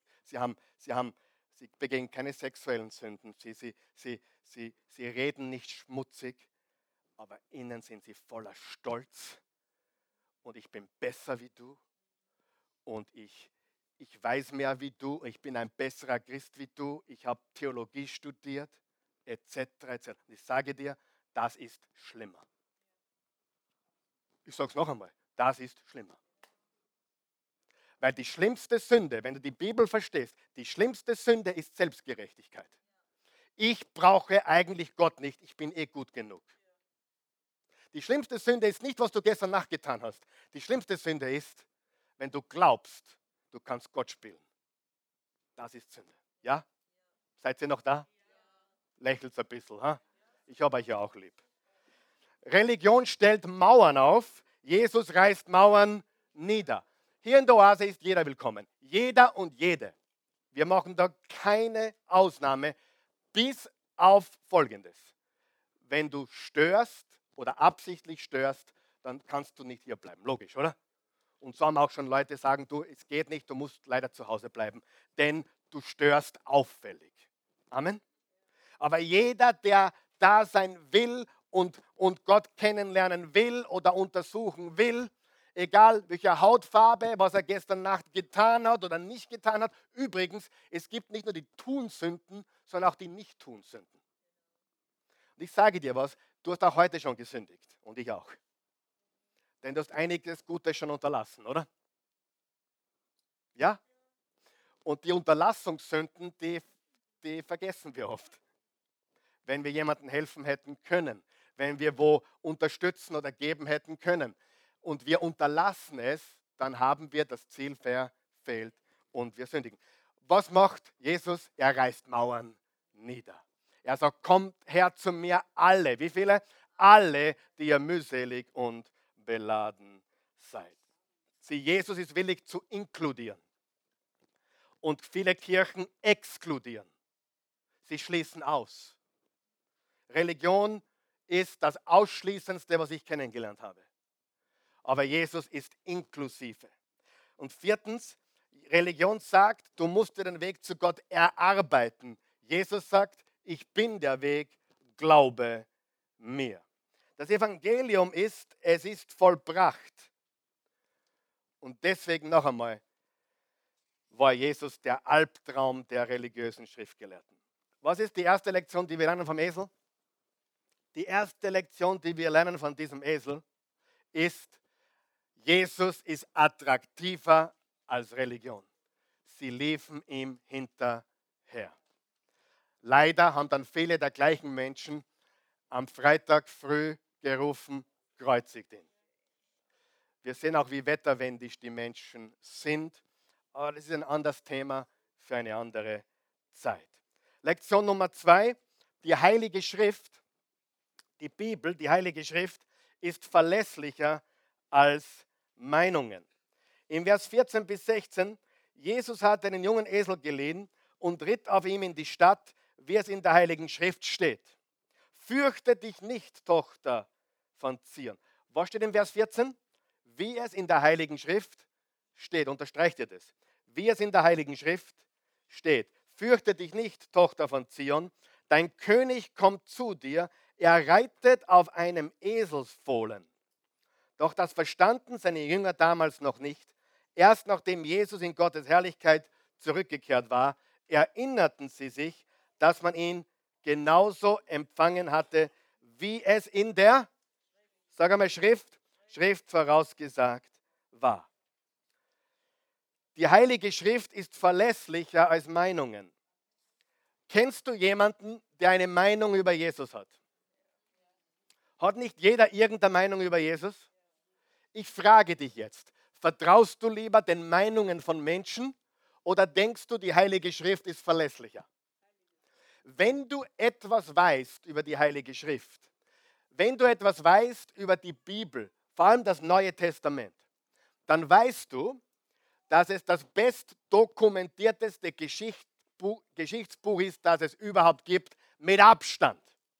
Sie begehen keine sexuellen Sünden. Sie reden nicht schmutzig, aber innen sind sie voller Stolz. Und ich bin besser wie du. Und ich weiß mehr wie du. Ich bin ein besserer Christ wie du. Ich habe Theologie studiert, etc. etc. Und ich sage dir, das ist schlimmer. Ich sage es noch einmal. Das ist schlimmer. Weil die schlimmste Sünde, wenn du die Bibel verstehst, die schlimmste Sünde ist Selbstgerechtigkeit. Ich brauche eigentlich Gott nicht, ich bin eh gut genug. Die schlimmste Sünde ist nicht, was du gestern Nacht getan hast. Die schlimmste Sünde ist, wenn du glaubst, du kannst Gott spielen. Das ist Sünde. Ja? Seid ihr noch da? Lächelt ein bisschen. Ha? Ich habe euch ja auch lieb. Religion stellt Mauern auf. Jesus reißt Mauern nieder. Hier in der Oase ist jeder willkommen. Jeder und jede. Wir machen da keine Ausnahme, bis auf Folgendes. Wenn du störst oder absichtlich störst, dann kannst du nicht hier bleiben. Logisch, oder? Und so haben auch schon Leute sagen, du, es geht nicht, du musst leider zu Hause bleiben, denn du störst auffällig. Amen. Aber jeder, der da sein will und Gott kennenlernen will oder untersuchen will, egal welche Hautfarbe, was er gestern Nacht getan hat oder nicht getan hat. Übrigens, es gibt nicht nur die Tunsünden, sondern auch die Nicht-Tunsünden. Und ich sage dir was, du hast auch heute schon gesündigt und ich auch. Denn du hast einiges Gutes schon unterlassen, oder? Ja? Und die Unterlassungssünden, die vergessen wir oft. wenn wir jemandem helfen hätten können, wenn wir wo unterstützen oder geben hätten können und wir unterlassen es, dann haben wir das Ziel verfehlt und wir sündigen. Was macht Jesus? Er reißt Mauern nieder. Er sagt, kommt her zu mir alle. Wie viele? Alle, die ihr mühselig und beladen seid. Sieh, Jesus ist willig zu inkludieren. Und viele Kirchen exkludieren. Sie schließen aus. Religion ist das Ausschließendste, was ich kennengelernt habe. Aber Jesus ist inklusive. Und viertens, Religion sagt, du musst dir den Weg zu Gott erarbeiten. Jesus sagt, ich bin der Weg, glaube mir. Das Evangelium ist, es ist vollbracht. Und deswegen noch einmal war Jesus der Albtraum der religiösen Schriftgelehrten. Was ist die erste Lektion, die wir lernen vom Esel? Die erste Lektion, die wir lernen von diesem Esel, ist, Jesus ist attraktiver als Religion. Sie liefen ihm hinterher. Leider haben dann viele der gleichen Menschen am Freitag früh gerufen, kreuzigt ihn. Wir sehen auch, wie wetterwendig die Menschen sind. Aber das ist ein anderes Thema für eine andere Zeit. Lektion Nummer 2. Die Heilige Schrift, die Bibel, die Heilige Schrift ist verlässlicher als Meinungen. Im Vers 14 bis 16, Jesus hat einen jungen Esel geliehen und ritt auf ihm in die Stadt, wie es in der Heiligen Schrift steht. Fürchte dich nicht, Tochter von Zion. Was steht im Vers 14? Wie es in der Heiligen Schrift steht. Unterstreicht ihr das? Wie es in der Heiligen Schrift steht. Fürchte dich nicht, Tochter von Zion. Dein König kommt zu dir. Er reitet auf einem Eselsfohlen. Doch das verstanden seine Jünger damals noch nicht. Erst nachdem Jesus in Gottes Herrlichkeit zurückgekehrt war, erinnerten sie sich, dass man ihn genauso empfangen hatte, wie es in der, sag einmal, Schrift vorausgesagt war. Die Heilige Schrift ist verlässlicher als Meinungen. Kennst du jemanden, der eine Meinung über Jesus hat? Hat nicht jeder irgendeine Meinung über Jesus? Ich frage dich jetzt, vertraust du lieber den Meinungen von Menschen oder denkst du, die Heilige Schrift ist verlässlicher? Wenn du etwas weißt über die Heilige Schrift, wenn du etwas weißt über die Bibel, vor allem das Neue Testament, dann weißt du, dass es das bestdokumentierteste Geschichtsbuch ist, das es überhaupt gibt, mit Abstand.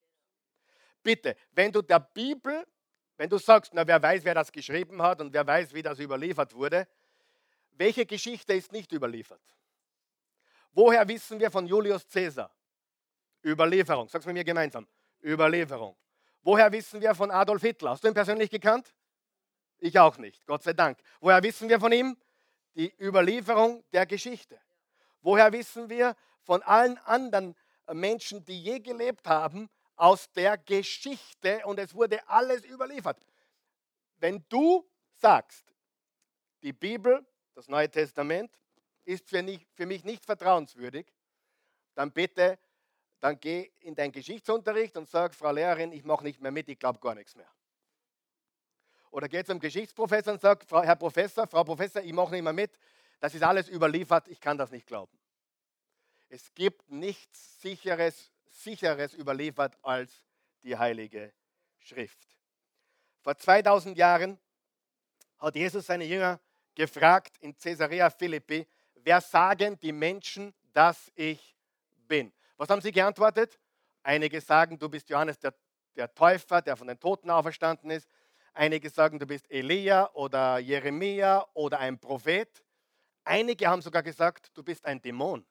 Bitte, wenn du der Bibel, wenn du sagst, na, wer weiß, wer das geschrieben hat und wer weiß, wie das überliefert wurde, welche Geschichte ist nicht überliefert? Woher wissen wir von Julius Caesar? Überlieferung. Sag's mit mir gemeinsam. Überlieferung. Woher wissen wir von Adolf Hitler? Hast du ihn persönlich gekannt? Ich auch nicht, Gott sei Dank. Woher wissen wir von ihm? Die Überlieferung der Geschichte. Woher wissen wir von allen anderen Menschen, die je gelebt haben, aus der Geschichte, und es wurde alles überliefert? Wenn du sagst, die Bibel, das Neue Testament, ist für mich nicht vertrauenswürdig, dann bitte, dann geh in deinen Geschichtsunterricht und sag, Frau Lehrerin, ich mache nicht mehr mit, ich glaube gar nichts mehr. Oder geh zum Geschichtsprofessor und sag, Herr Professor, Frau Professor, ich mache nicht mehr mit, das ist alles überliefert, ich kann das nicht glauben. Es gibt nichts Sicheres überliefert als die Heilige Schrift. Vor 2000 Jahren hat Jesus seine Jünger gefragt in Caesarea Philippi, wer sagen die Menschen, dass ich bin? Was haben sie geantwortet? Einige sagen, du bist Johannes der Täufer, der von den Toten auferstanden ist. Einige sagen, du bist Elia oder Jeremia oder ein Prophet. Einige haben sogar gesagt, du bist ein Dämon.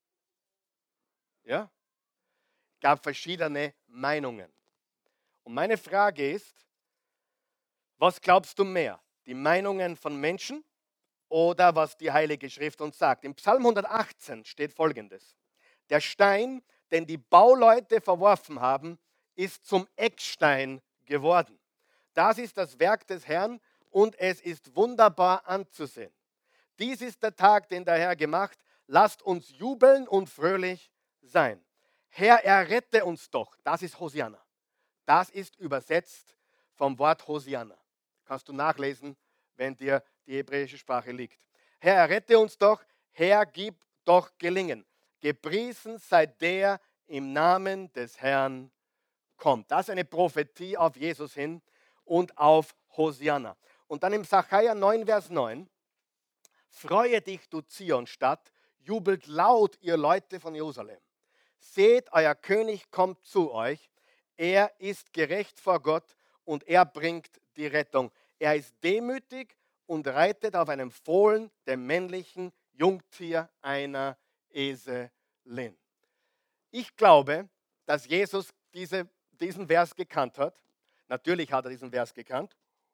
Ja? Gab verschiedene Meinungen. Und meine Frage ist, was glaubst du mehr? Die Meinungen von Menschen oder was die Heilige Schrift uns sagt? Im Psalm 118 steht Folgendes. Der Stein, den die Bauleute verworfen haben, ist zum Eckstein geworden. Das ist das Werk des Herrn und es ist wunderbar anzusehen. Dies ist der Tag, den der Herr gemacht. Lasst uns jubeln und fröhlich sein. Herr, errette uns doch. Das ist Hosianna. Das ist übersetzt vom Wort Hosianna. Kannst du nachlesen, wenn dir die hebräische Sprache liegt. Herr, errette uns doch. Herr, gib doch Gelingen. Gepriesen sei der im Namen des Herrn kommt. Das ist eine Prophetie auf Jesus hin und auf Hosianna. Und dann im Sacharja 9, Vers 9. Freue dich, du Zionstadt, jubelt laut, ihr Leute von Jerusalem. Seht, euer König kommt zu euch. Er ist gerecht vor Gott und er bringt die Rettung. Er ist demütig und reitet auf einem Fohlen, dem männlichen Jungtier einer Eselin. Ich glaube, dass Jesus diesen Vers gekannt hat. Natürlich hat er diesen Vers gekannt,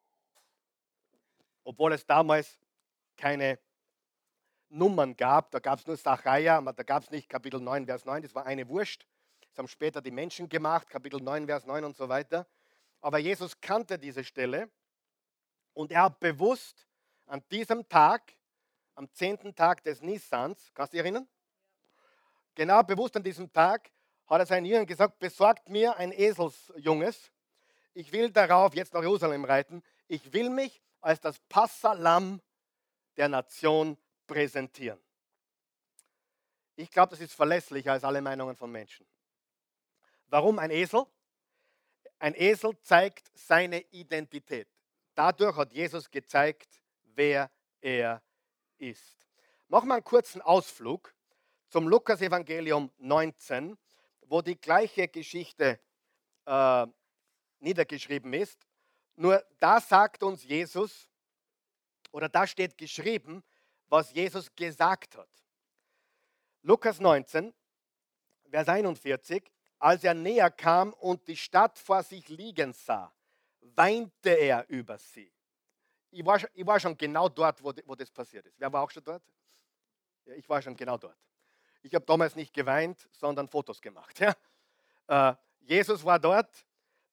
obwohl es damals keine Nummern gab. Da gab es nur Sacharja, aber da gab es nicht Kapitel 9, Vers 9, das war eine Wurst. Das haben später die Menschen gemacht, Kapitel 9, Vers 9 und so weiter. Aber Jesus kannte diese Stelle und er hat bewusst an diesem Tag, am 10. Tag des Nissans, kannst du dich erinnern? Genau bewusst an diesem Tag hat er seinen Jüngern gesagt, besorgt mir ein Eselsjunges. Ich will darauf jetzt nach Jerusalem reiten. Ich will mich als das Passalamm der Nation präsentieren. Ich glaube, das ist verlässlicher als alle Meinungen von Menschen. Warum ein Esel? Ein Esel zeigt seine Identität. Dadurch hat Jesus gezeigt, wer er ist. Machen wir einen kurzen Ausflug zum Lukas-Evangelium 19, wo die gleiche Geschichte niedergeschrieben ist. Nur da sagt uns Jesus, oder da steht geschrieben, was Jesus gesagt hat. Lukas 19, Vers 41, als er näher kam und die Stadt vor sich liegen sah, weinte er über sie. Ich war schon genau dort, wo das passiert ist. Wer war auch schon dort? Ja, ich war schon genau dort. Ich habe damals nicht geweint, sondern Fotos gemacht. Ja. Jesus war dort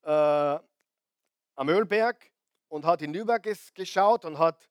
am Ölberg und hat hinübergeschaut und hat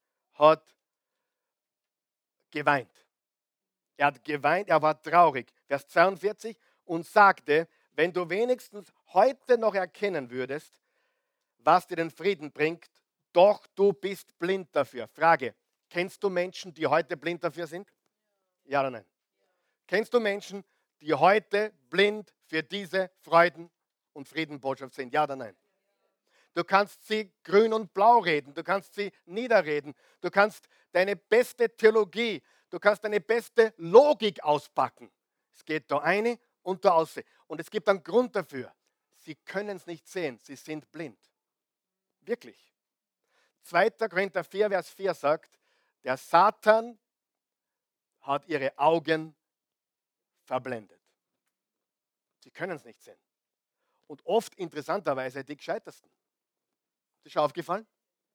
geweint. Er hat geweint, er war traurig. Vers 42 und sagte, wenn du wenigstens heute noch erkennen würdest, was dir den Frieden bringt, doch du bist blind dafür. Frage, kennst du Menschen, die heute blind dafür sind? Ja oder nein? Kennst du Menschen, die heute blind für diese Freuden- und Friedenbotschaft sind? Ja oder nein? Du kannst sie grün und blau reden, du kannst sie niederreden, du kannst deine beste Theologie, du kannst deine beste Logik auspacken. Es geht da eine und da aus. Und es gibt einen Grund dafür. Sie können es nicht sehen, sie sind blind. Wirklich. 2. Korinther 4, Vers 4 sagt, der Satan hat ihre Augen verblendet. Sie können es nicht sehen. Und oft interessanterweise die Gescheitersten. Ist dir schon aufgefallen?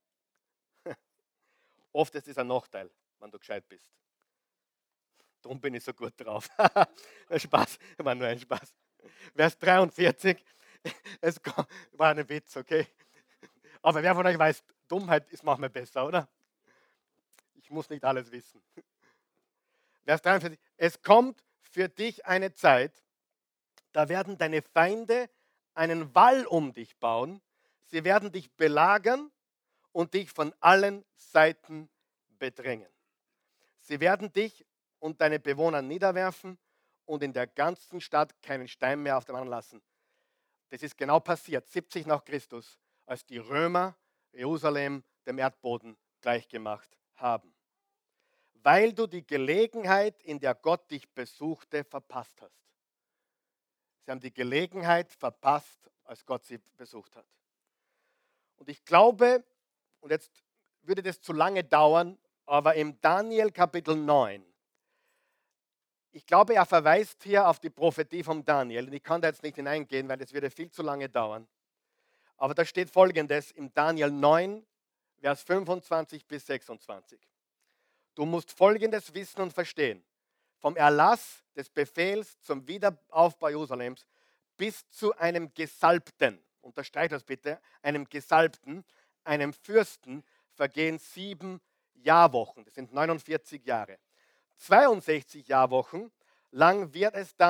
Oft ist es ein Nachteil, wenn du gescheit bist. Darum bin ich so gut drauf. Spaß, war nur ein Spaß. Vers 43, es war ein Witz, okay? Aber wer von euch weiß, Dummheit ist manchmal besser, oder? Ich muss nicht alles wissen. Vers 43, es kommt für dich eine Zeit, da werden deine Feinde einen Wall um dich bauen, sie werden dich belagern und dich von allen Seiten bedrängen. Sie werden dich und deine Bewohner niederwerfen und in der ganzen Stadt keinen Stein mehr auf dem anderen lassen. Das ist genau passiert, 70 nach Christus, als die Römer Jerusalem dem Erdboden gleichgemacht haben. Weil du die Gelegenheit, in der Gott dich besuchte, verpasst hast. Sie haben die Gelegenheit verpasst, als Gott sie besucht hat. Und ich glaube, und jetzt würde das zu lange dauern, aber im Daniel Kapitel 9, ich glaube, er verweist hier auf die Prophetie von Daniel. Und ich kann da jetzt nicht hineingehen, weil das würde viel zu lange dauern. Aber da steht Folgendes im Daniel 9, Vers 25 bis 26. Du musst Folgendes wissen und verstehen. Vom Erlass des Befehls zum Wiederaufbau Jerusalems bis zu einem Gesalbten, unterstreicht das bitte, einem Gesalbten, einem Fürsten, vergehen 7 Jahrwochen. Das sind 49 Jahre. 62 Jahrwochen lang wird es dann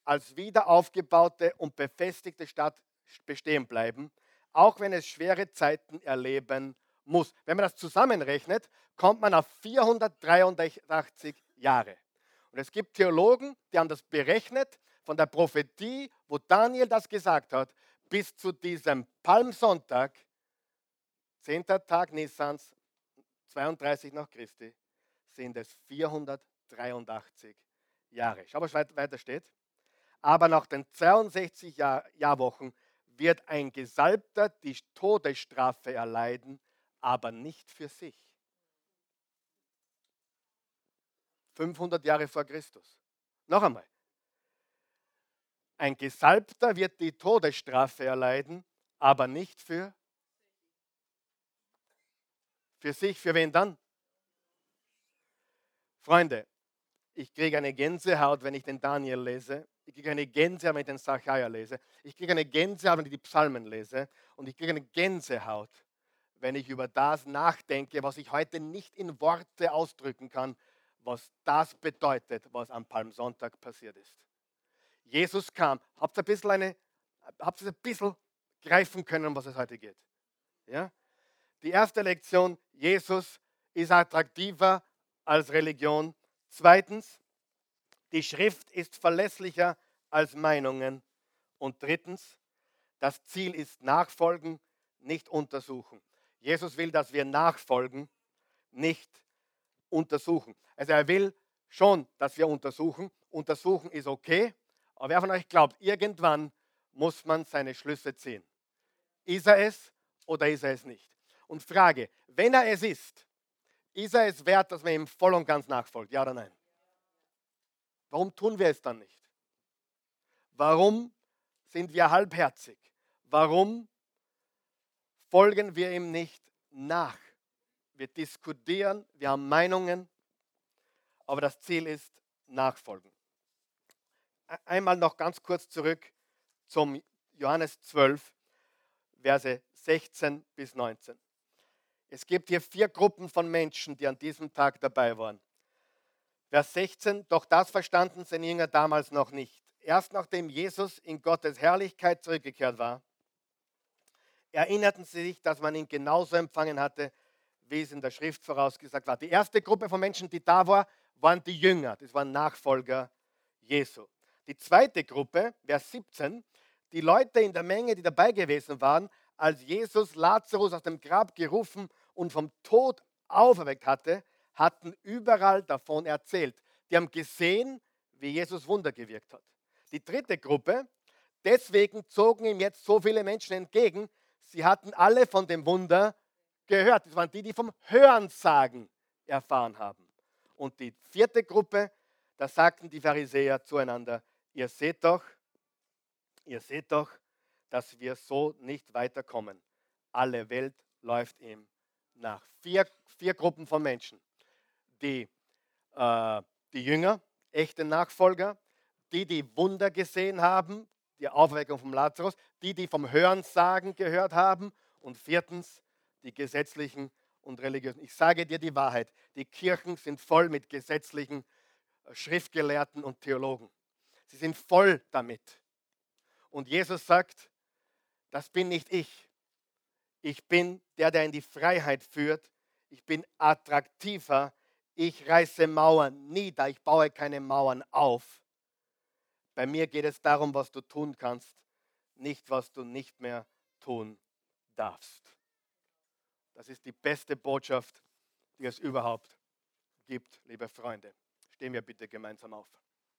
als wieder aufgebaute und befestigte Stadt bestehen bleiben, auch wenn es schwere Zeiten erleben muss. Wenn man das zusammenrechnet, kommt man auf 483 Jahre. Und es gibt Theologen, die haben das berechnet von der Prophetie, wo Daniel das gesagt hat, bis zu diesem Palmsonntag, 10. Tag Nissans, 32 nach Christi, sind es 483 Jahre. Schau, was weiter steht. Aber nach den 62 Jahrwochen wird ein Gesalbter die Todesstrafe erleiden, aber nicht für sich. 500 Jahre vor Christus. Noch einmal. Ein Gesalbter wird die Todesstrafe erleiden, aber nicht für sich. Für wen dann? Freunde, ich kriege eine Gänsehaut, wenn ich den Daniel lese. Ich kriege eine Gänsehaut, wenn ich den Sacharja lese. Ich kriege eine Gänsehaut, wenn ich die Psalmen lese. Und ich kriege eine Gänsehaut, wenn ich über das nachdenke, was ich heute nicht in Worte ausdrücken kann, was das bedeutet, was am Palmsonntag passiert ist. Jesus kam. Habt ihr ein bisschen greifen können, um was es heute geht? Ja? Die erste Lektion, Jesus ist attraktiver als Religion. Zweitens, die Schrift ist verlässlicher als Meinungen. Und drittens, das Ziel ist Nachfolgen, nicht untersuchen. Jesus will, dass wir nachfolgen, nicht untersuchen. Also er will schon, dass wir untersuchen. Untersuchen ist okay, aber wer von euch glaubt, irgendwann muss man seine Schlüsse ziehen. Ist er es oder ist er es nicht? Und Frage, wenn er es ist er es wert, dass man ihm voll und ganz nachfolgt? Ja oder nein? Warum tun wir es dann nicht? Warum sind wir halbherzig? Warum folgen wir ihm nicht nach? Wir diskutieren, wir haben Meinungen, aber das Ziel ist Nachfolgen. Einmal noch ganz kurz zurück zum Johannes 12, Verse 16 bis 19. Es gibt hier 4 Gruppen von Menschen, die an diesem Tag dabei waren. Vers 16, doch das verstanden seine Jünger damals noch nicht. Erst nachdem Jesus in Gottes Herrlichkeit zurückgekehrt war, erinnerten sie sich, dass man ihn genauso empfangen hatte, wie es in der Schrift vorausgesagt war. Die erste Gruppe von Menschen, die da war, waren die Jünger. Das waren Nachfolger Jesu. Die zweite Gruppe, Vers 17, die Leute in der Menge, die dabei gewesen waren, als Jesus Lazarus aus dem Grab gerufen und vom Tod auferweckt hatte, hatten überall davon erzählt. Die haben gesehen, wie Jesus Wunder gewirkt hat. Die dritte Gruppe, deswegen zogen ihm jetzt so viele Menschen entgegen, sie hatten alle von dem Wunder gehört. Das waren die, die vom Hörensagen erfahren haben. Und die vierte Gruppe, da sagten die Pharisäer zueinander, ihr seht doch, dass wir so nicht weiterkommen. Alle Welt läuft ihm nach. Vier Gruppen von Menschen. Die Jünger, echte Nachfolger, die Wunder gesehen haben, die Auferweckung vom Lazarus, die vom Hörensagen gehört haben und viertens, die gesetzlichen und religiösen. Ich sage dir die Wahrheit, die Kirchen sind voll mit gesetzlichen Schriftgelehrten und Theologen. Sie sind voll damit. Und Jesus sagt, das bin nicht ich. Ich bin der in die Freiheit führt. Ich bin attraktiver. Ich reiße Mauern nieder. Ich baue keine Mauern auf. Bei mir geht es darum, was du tun kannst, nicht was du nicht mehr tun darfst. Das ist die beste Botschaft, die es überhaupt gibt, liebe Freunde. Stehen wir bitte gemeinsam auf.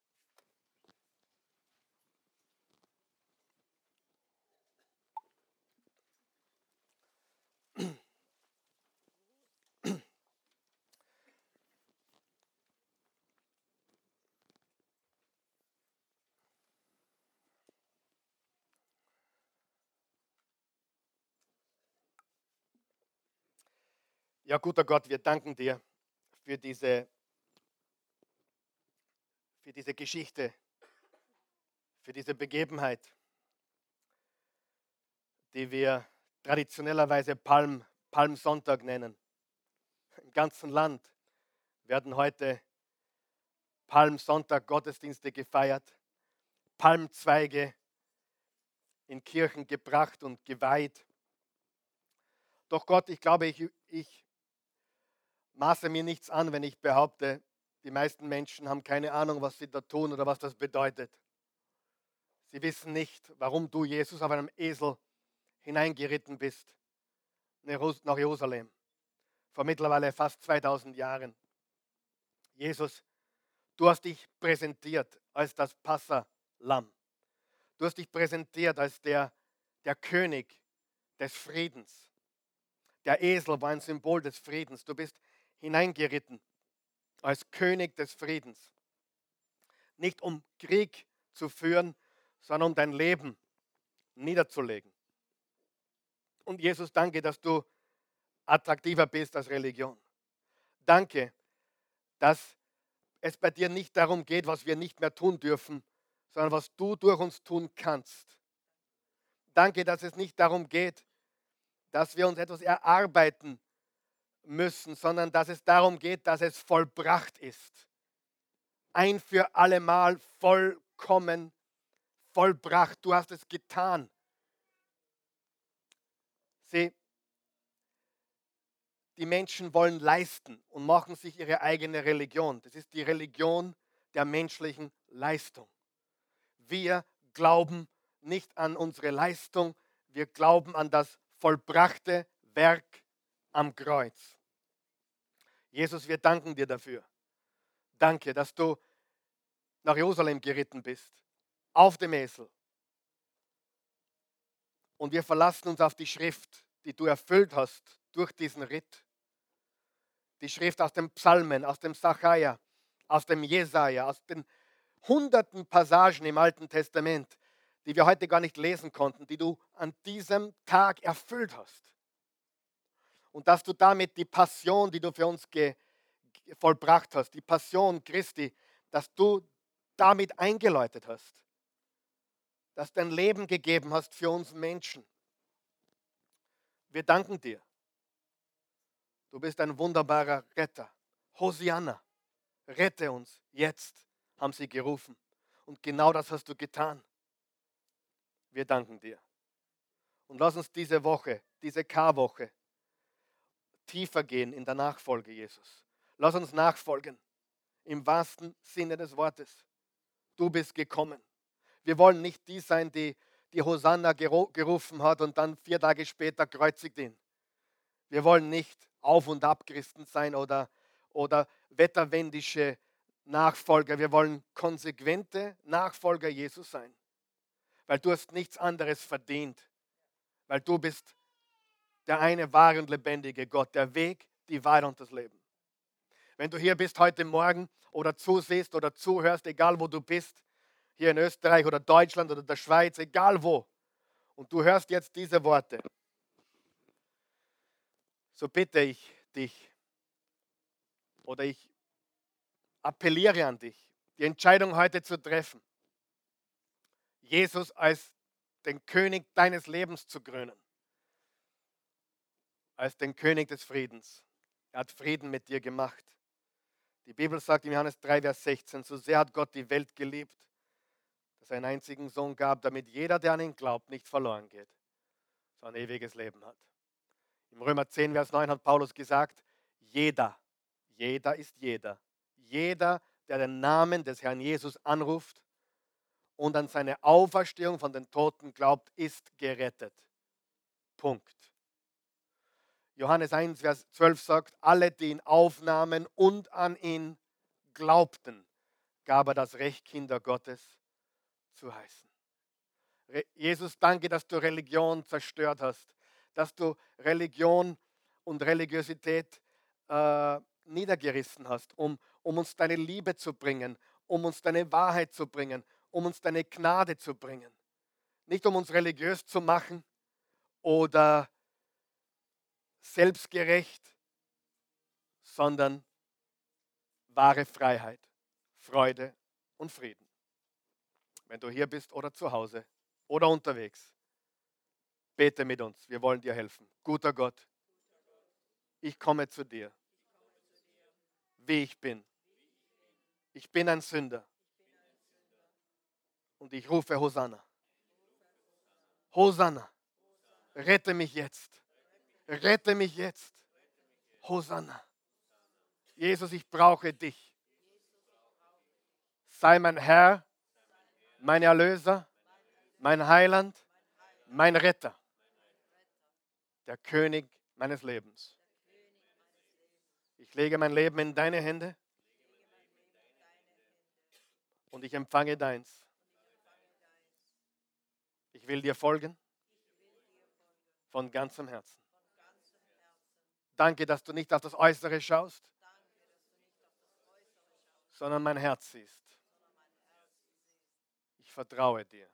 Ja, guter Gott, wir danken dir für diese Geschichte, für diese Begebenheit, die wir traditionellerweise Palmsonntag nennen. Im ganzen Land werden heute Palmsonntag Gottesdienste gefeiert. Palmzweige in Kirchen gebracht und geweiht. Doch Gott, ich glaube, ich maße mir nichts an, wenn ich behaupte, die meisten Menschen haben keine Ahnung, was sie da tun oder was das bedeutet. Sie wissen nicht, warum du, Jesus, auf einem Esel hineingeritten bist nach Jerusalem vor mittlerweile fast 2000 Jahren. Jesus, du hast dich präsentiert als das Passahlamm. Du hast dich präsentiert als der König des Friedens. Der Esel war ein Symbol des Friedens. Du bist hineingeritten als König des Friedens. Nicht um Krieg zu führen, sondern um dein Leben niederzulegen. Und Jesus, danke, dass du attraktiver bist als Religion. Danke, dass es bei dir nicht darum geht, was wir nicht mehr tun dürfen, sondern was du durch uns tun kannst. Danke, dass es nicht darum geht, dass wir uns etwas erarbeiten müssen, sondern dass es darum geht, dass es vollbracht ist. Ein für allemal vollkommen vollbracht. Du hast es getan. Sieh, die Menschen wollen leisten und machen sich ihre eigene Religion. Das ist die Religion der menschlichen Leistung. Wir glauben nicht an unsere Leistung, wir glauben an das vollbrachte Werk am Kreuz. Jesus, wir danken dir dafür. Danke, dass du nach Jerusalem geritten bist, auf dem Esel. Und wir verlassen uns auf die Schrift, die du erfüllt hast durch diesen Ritt. Die Schrift aus den Psalmen, aus dem Sacharja, aus dem Jesaja, aus den hunderten Passagen im Alten Testament, die wir heute gar nicht lesen konnten, die du an diesem Tag erfüllt hast. Und dass du damit die Passion, die du für uns vollbracht hast, die Passion Christi, dass du damit eingeläutet hast, dass du dein Leben gegeben hast für uns Menschen. Wir danken dir. Du bist ein wunderbarer Retter. Hosianna, rette uns jetzt, haben sie gerufen. Und genau das hast du getan. Wir danken dir. Und lass uns diese Woche, diese Karwoche, tiefer gehen in der Nachfolge, Jesus. Lass uns nachfolgen, im wahrsten Sinne des Wortes. Du bist gekommen. Wir wollen nicht die sein, die Hosanna gerufen hat und dann 4 Tage später kreuzigt ihn. Wir wollen nicht Auf- und Ab-Christen sein oder wetterwendische Nachfolger. Wir wollen konsequente Nachfolger Jesus sein. Weil du hast nichts anderes verdient. Weil du bist der eine wahre und lebendige Gott, der Weg, die Wahrheit und das Leben. Wenn du hier bist heute Morgen oder zusiehst oder zuhörst, egal wo du bist, hier in Österreich oder Deutschland oder der Schweiz, egal wo, und du hörst jetzt diese Worte, so bitte ich dich oder ich appelliere an dich, die Entscheidung heute zu treffen, Jesus als den König deines Lebens zu krönen, als den König des Friedens. Er hat Frieden mit dir gemacht. Die Bibel sagt in Johannes 3, Vers 16, so sehr hat Gott die Welt geliebt, dass er einen einzigen Sohn gab, damit jeder, der an ihn glaubt, nicht verloren geht, sondern ein ewiges Leben hat. Im Römer 10, Vers 9 hat Paulus gesagt, jeder ist jeder. Jeder, der den Namen des Herrn Jesus anruft und an seine Auferstehung von den Toten glaubt, ist gerettet. Punkt. Johannes 1, Vers 12 sagt, alle, die ihn aufnahmen und an ihn glaubten, gab er das Recht, Kinder Gottes zu heißen. Jesus, danke, dass du Religion zerstört hast, dass du Religion und Religiosität niedergerissen hast, um uns deine Liebe zu bringen, um uns deine Wahrheit zu bringen, um uns deine Gnade zu bringen. Nicht um uns religiös zu machen oder selbstgerecht, sondern wahre Freiheit, Freude und Frieden. Wenn du hier bist oder zu Hause oder unterwegs, bete mit uns. Wir wollen dir helfen. Guter Gott, ich komme zu dir, wie ich bin. Ich bin ein Sünder Und ich rufe Hosanna. Hosanna. Rette mich jetzt. Rette mich jetzt. Hosanna. Jesus, ich brauche dich. Sei mein Herr, mein Erlöser, mein Heiland, mein Retter, der König meines Lebens. Ich lege mein Leben in deine Hände und ich empfange deins. Ich will dir folgen von ganzem Herzen. Danke, dass du nicht auf das Äußere schaust, sondern mein Herz siehst. Ich vertraue dir.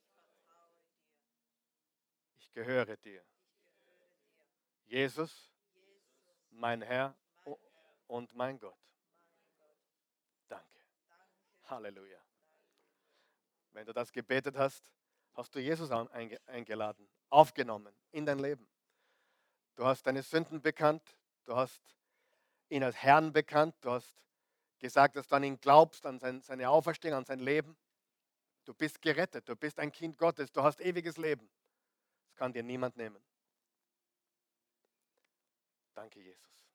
Ich gehöre dir. Jesus, mein Herr und mein Gott. Danke. Halleluja. Wenn du das gebetet hast, hast du Jesus eingeladen, aufgenommen in dein Leben. Du hast deine Sünden bekannt, du hast ihn als Herrn bekannt, du hast gesagt, dass du an ihn glaubst, an seine Auferstehung, an sein Leben. Du bist gerettet, du bist ein Kind Gottes, du hast ewiges Leben. Das kann dir niemand nehmen. Danke, Jesus.